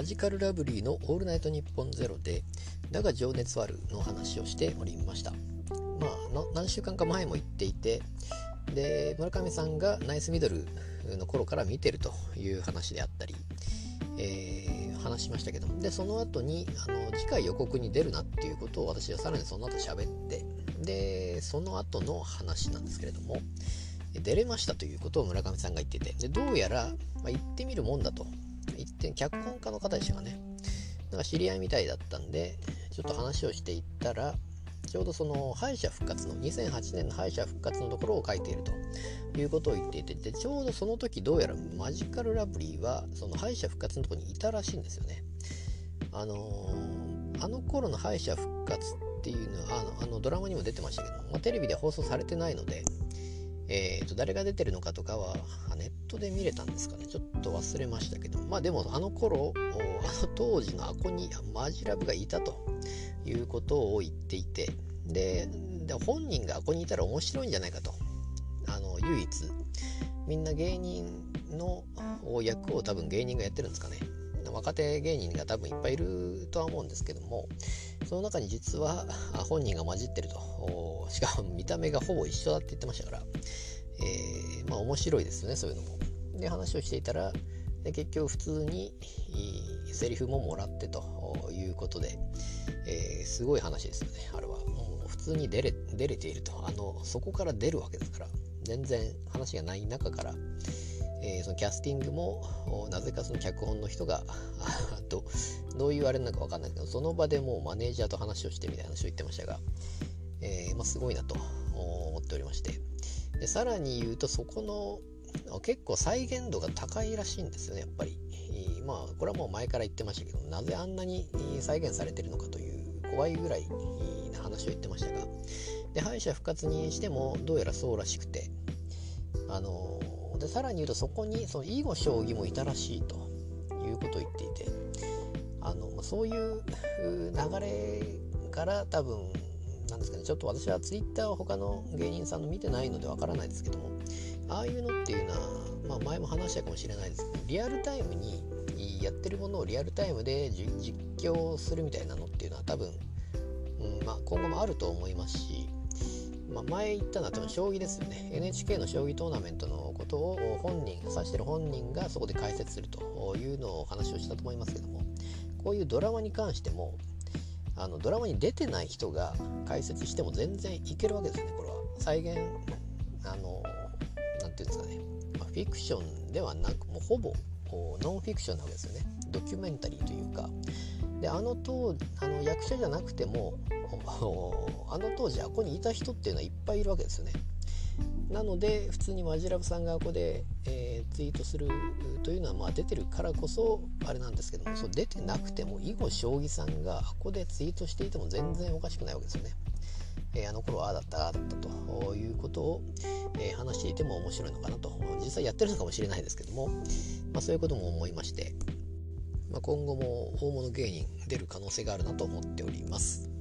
マジカルラブリーのオールナイトニッポンゼロでだが情熱はあるの話をしておりました。何週間か前も言っていて、で村上さんがナイスミドルの頃から見てるという話であったり、話しましたけども、でその後に次回予告に出るなっていうことを私はさらにその後喋って、でその後の話なんですけれども、出れましたということを村上さんが言ってて、でどうやら、行ってみるもんだと言って、脚本家の方でしたかね、なんか知り合いみたいだったんでちょっと話をしていったら、ちょうどその敗者復活の2008年の敗者復活のところを書いているということを言っていて、でちょうどその時どうやらマジカルラブリーはその敗者復活のところにいたらしいんですよね。あの頃の敗者復活っていうのはドラマにも出てましたけど、テレビで放送されてないので、誰が出てるのかとかはネットで見れたんですかね、ちょっと忘れましたけど、でも当時のアコにマジラブがいたということを言っていて、で本人がアコにいたら面白いんじゃないかと、唯一みんな芸人の役を多分芸人がやってるんですかね、若手芸人が多分いっぱいいるとは思うんですけども、その中に実は本人が混じってると、しかも見た目がほぼ一緒だって言ってましたから、面白いですよね、そういうのも。で話をしていたら、で結局普通にセリフももらってということで、すごい話ですよね。あれはもう普通に出れていると、そこから出るわけですから、全然話がない中から、そのキャスティングもなぜかその脚本の人がどういうあれなのか分かんないけど、その場でもうマネージャーと話をしてみたいな話を言ってましたが、すごいなと思っておりまして、でさらに言うと、そこの結構再現度が高いらしいんですよね、やっぱり。これはもう前から言ってましたけど、なぜあんなに再現されてるのかという怖いぐらいな話を言ってましたが、で敗者復活にしてもどうやらそうらしくて、でさらに言うと、そこにその囲碁将棋もいたらしいということを言っていて、そういう流れから多分なんですかね、ちょっと私はツイッターを他の芸人さんの見てないのでわからないですけども、ああいうのっていうのは、前も話したかもしれないですけど、リアルタイムにやってるものをリアルタイムで実況するみたいなのっていうのは多分、今後もあると思いますし、前言ったのは多分将棋ですよね。 NHK の将棋トーナメントのことを指してる本人がそこで解説するというのを話をしたと思いますけども、こういうドラマに関してもドラマに出てない人が解説しても全然いけるわけですね。これは再現なんていうんですかね、フィクションではなく、もうほぼノンフィクションなわけですよね。ドキュメンタリーというかで、役者じゃなくても当時あこにいた人っていうのはいっぱいいるわけですよね。なので普通にマジラブさんがあこで、ツイートするというのは出てるからこそあれなんですけども、そう出てなくても囲碁将棋さんがあこでツイートしていても全然おかしくないわけですよね。あの頃はああだったということを、話していても面白いのかなと、実際やってるのかもしれないですけども、そういうことも思いまして、今後も大物芸人出る可能性があるなと思っております。